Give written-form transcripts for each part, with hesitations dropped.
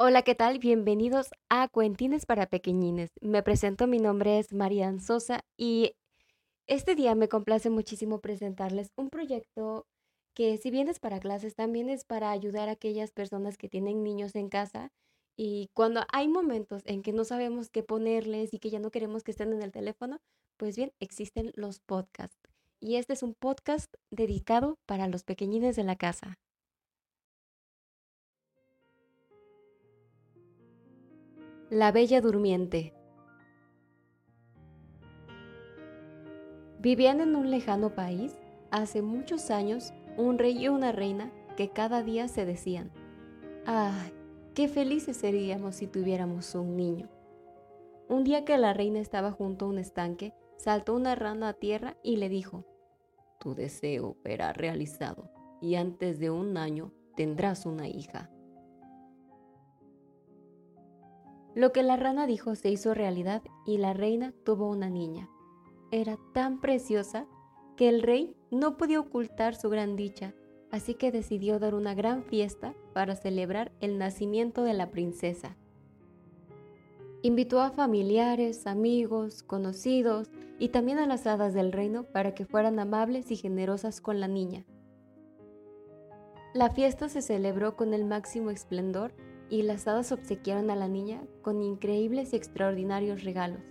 Hola, ¿qué tal? Bienvenidos a Cuentines para Pequeñines. Me presento, mi nombre es Marian Sosa y este día me complace muchísimo presentarles un proyecto que si bien es para clases, también es para ayudar a aquellas personas que tienen niños en casa y cuando hay momentos en que no sabemos qué ponerles y que ya no queremos que estén en el teléfono, pues bien, existen los podcasts. Y este es un podcast dedicado para los pequeñines de la casa. La Bella Durmiente. Vivían en un lejano país, hace muchos años, un rey y una reina que cada día se decían, ¡ay, qué felices seríamos si tuviéramos un niño! Un día que la reina estaba junto a un estanque, saltó una rana a tierra y le dijo, tu deseo será realizado y antes de un año tendrás una hija. Lo que la rana dijo se hizo realidad y la reina tuvo una niña. Era tan preciosa que el rey no podía ocultar su gran dicha, así que decidió dar una gran fiesta para celebrar el nacimiento de la princesa. Invitó a familiares, amigos, conocidos y también a las hadas del reino para que fueran amables y generosas con la niña. La fiesta se celebró con el máximo esplendor y las hadas obsequiaron a la niña con increíbles y extraordinarios regalos.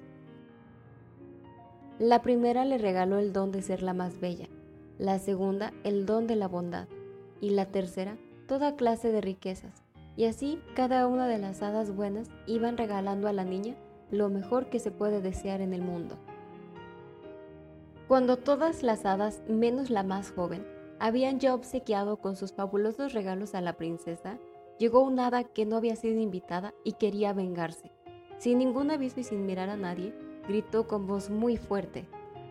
La primera le regaló el don de ser la más bella, la segunda el don de la bondad y la tercera toda clase de riquezas. Y así cada una de las hadas buenas iban regalando a la niña lo mejor que se puede desear en el mundo. Cuando todas las hadas, menos la más joven, habían ya obsequiado con sus fabulosos regalos a la princesa, llegó una hada que no había sido invitada y quería vengarse. Sin ningún aviso y sin mirar a nadie, gritó con voz muy fuerte.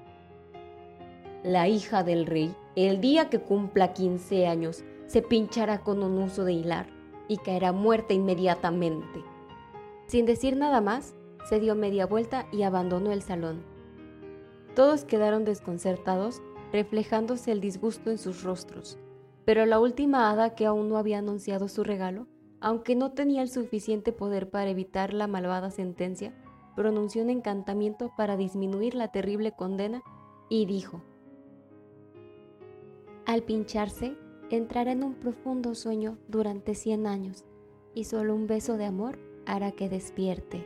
La hija del rey, el día que cumpla 15 años, se pinchará con un uso de hilar y caerá muerta inmediatamente. Sin decir nada más, se dio media vuelta y abandonó el salón. Todos quedaron desconcertados, reflejándose el disgusto en sus rostros. Pero la última hada, que aún no había anunciado su regalo, aunque no tenía el suficiente poder para evitar la malvada sentencia, pronunció un encantamiento para disminuir la terrible condena y dijo: al pincharse, entrará en un profundo sueño durante 100 años y solo un beso de amor hará que despierte.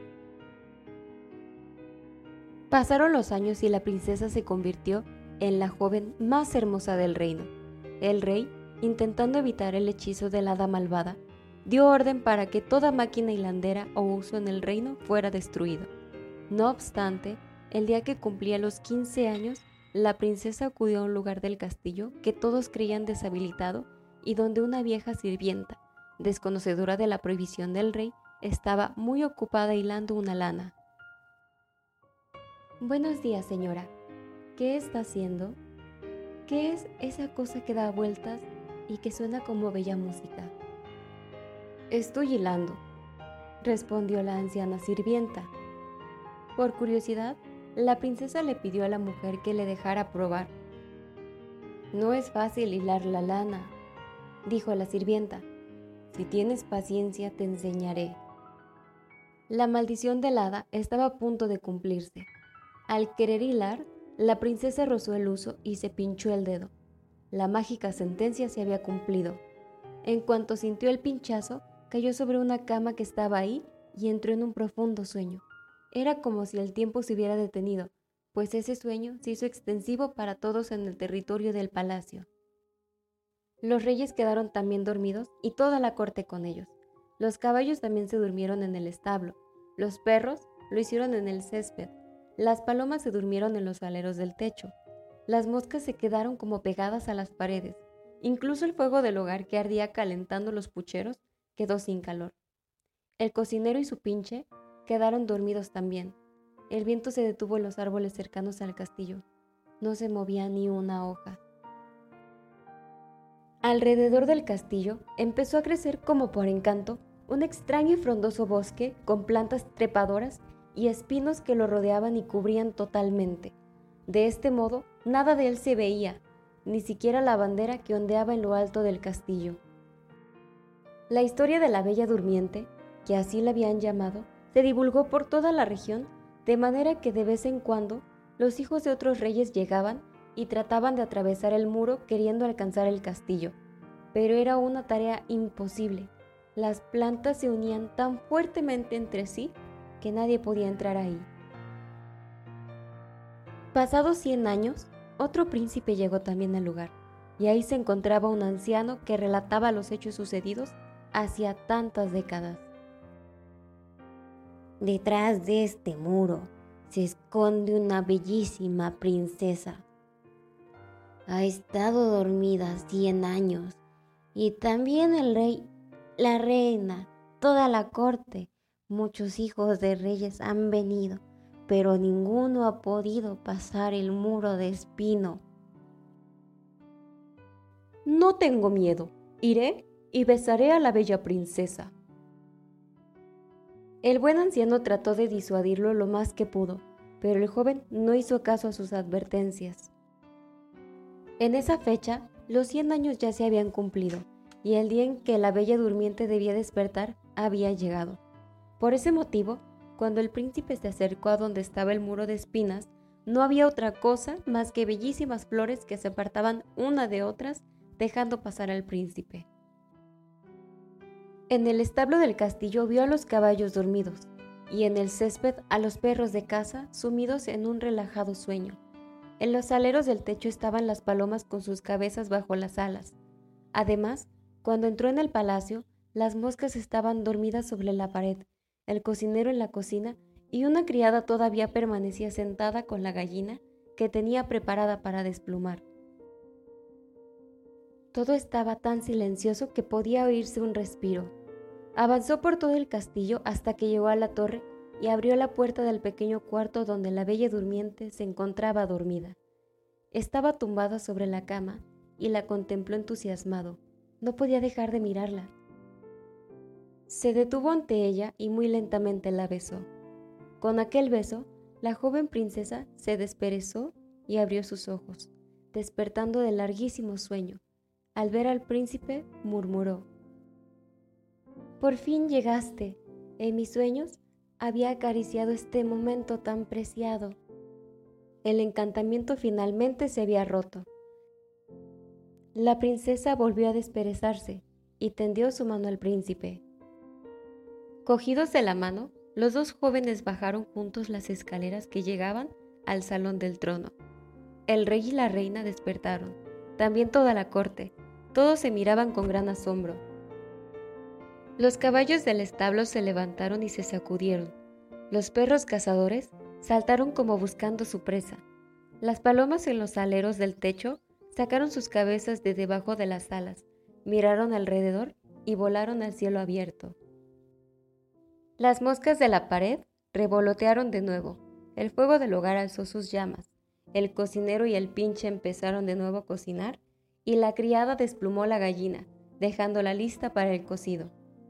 Pasaron los años y la princesa se convirtió en la joven más hermosa del reino. El rey, intentando evitar el hechizo de la hada malvada, dio orden para que toda máquina hilandera o uso en el reino fuera destruido. No obstante, el día que cumplía los 15 años, la princesa acudió a un lugar del castillo que todos creían deshabilitado y donde una vieja sirvienta, desconocedora de la prohibición del rey, estaba muy ocupada hilando una lana. Buenos días, señora. ¿Qué está haciendo? ¿Qué es esa cosa que da vueltas y que suena como bella música? Estoy hilando, respondió la anciana sirvienta. Por curiosidad, la princesa le pidió a la mujer que le dejara probar. No es fácil hilar la lana, dijo la sirvienta. Si tienes paciencia, te enseñaré. La maldición del hada estaba a punto de cumplirse. Al querer hilar, la princesa rozó el huso y se pinchó el dedo. La mágica sentencia se había cumplido. En cuanto sintió el pinchazo, cayó sobre una cama que estaba ahí y entró en un profundo sueño. Era como si el tiempo se hubiera detenido, pues ese sueño se hizo extensivo para todos en el territorio del palacio. Los reyes quedaron también dormidos y toda la corte con ellos. Los caballos también se durmieron en el establo. Los perros lo hicieron en el césped. Las palomas se durmieron en los aleros del techo. Las moscas se quedaron como pegadas a las paredes. Incluso el fuego del hogar, que ardía calentando los pucheros, quedó sin calor. El cocinero y su pinche quedaron dormidos también. El viento se detuvo en los árboles cercanos al castillo. No se movía ni una hoja. Alrededor del castillo empezó a crecer como por encanto un extraño y frondoso bosque con plantas trepadoras y espinos que lo rodeaban y cubrían totalmente. De este modo, nada de él se veía, ni siquiera la bandera que ondeaba en lo alto del castillo. La historia de la Bella Durmiente que así la habían llamado, se divulgó por toda la región, de manera que de vez en cuando los hijos de otros reyes llegaban y trataban de atravesar el muro queriendo alcanzar el castillo, pero era una tarea imposible. Las plantas se unían tan fuertemente entre sí que nadie podía entrar ahí. Pasados 100 años, otro príncipe llegó también al lugar, y ahí se encontraba un anciano que relataba los hechos sucedidos hacía tantas décadas. Detrás de este muro se esconde una bellísima princesa. Ha estado dormida 100 años, y también el rey, la reina, toda la corte. Muchos hijos de reyes han venido, pero ninguno ha podido pasar el muro de espino. No tengo miedo, iré y besaré a la bella princesa. El buen anciano trató de disuadirlo lo más que pudo, pero el joven no hizo caso a sus advertencias. En esa fecha, los 100 años ya se habían cumplido, y el día en que la bella durmiente debía despertar había llegado. Por ese motivo, cuando el príncipe se acercó a donde estaba el muro de espinas, no había otra cosa más que bellísimas flores que se apartaban una de otras, dejando pasar al príncipe. En el establo del castillo vio a los caballos dormidos, y en el césped a los perros de caza sumidos en un relajado sueño. En los aleros del techo estaban las palomas con sus cabezas bajo las alas. Además, cuando entró en el palacio, las moscas estaban dormidas sobre la pared, el cocinero en la cocina y una criada todavía permanecía sentada con la gallina que tenía preparada para desplumar. Todo estaba tan silencioso que podía oírse un respiro. Avanzó por todo el castillo hasta que llegó a la torre y abrió la puerta del pequeño cuarto donde la bella durmiente se encontraba dormida. Estaba tumbada sobre la cama y la contempló entusiasmado. No podía dejar de mirarla. Se detuvo ante ella y muy lentamente la besó. Con aquel beso, la joven princesa se desperezó y abrió sus ojos, despertando del larguísimo sueño. Al ver al príncipe, murmuró: «Por fin llegaste. En mis sueños había acariciado este momento tan preciado». El encantamiento finalmente se había roto. La princesa volvió a desperezarse y tendió su mano al príncipe. Cogidos de la mano, los dos jóvenes bajaron juntos las escaleras que llegaban al salón del trono. El rey y la reina despertaron, también toda la corte. Todos se miraban con gran asombro. Los caballos del establo se levantaron y se sacudieron. Los perros cazadores saltaron como buscando su presa. Las palomas en los aleros del techo sacaron sus cabezas de debajo de las alas, miraron alrededor y volaron al cielo abierto. Las moscas de la pared revolotearon de nuevo. El fuego del hogar alzó sus llamas. El cocinero y el pinche empezaron de nuevo a cocinar y la criada desplumó la gallina, dejándola lista para el cocido.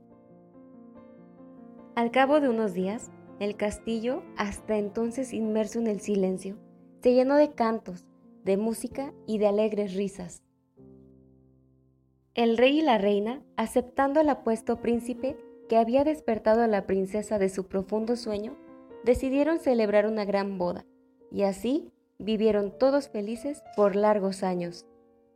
Al cabo de unos días, el castillo, hasta entonces inmerso en el silencio, se llenó de cantos, de música y de alegres risas. El rey y la reina, aceptando al apuesto príncipe que había despertado a la princesa de su profundo sueño, decidieron celebrar una gran boda, y así vivieron todos felices por largos años.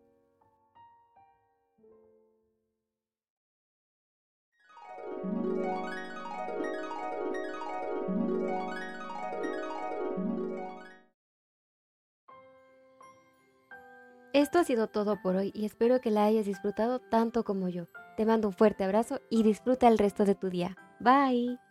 Esto ha sido todo por hoy y espero que la hayas disfrutado tanto como yo. Te mando un fuerte abrazo y disfruta el resto de tu día. Bye.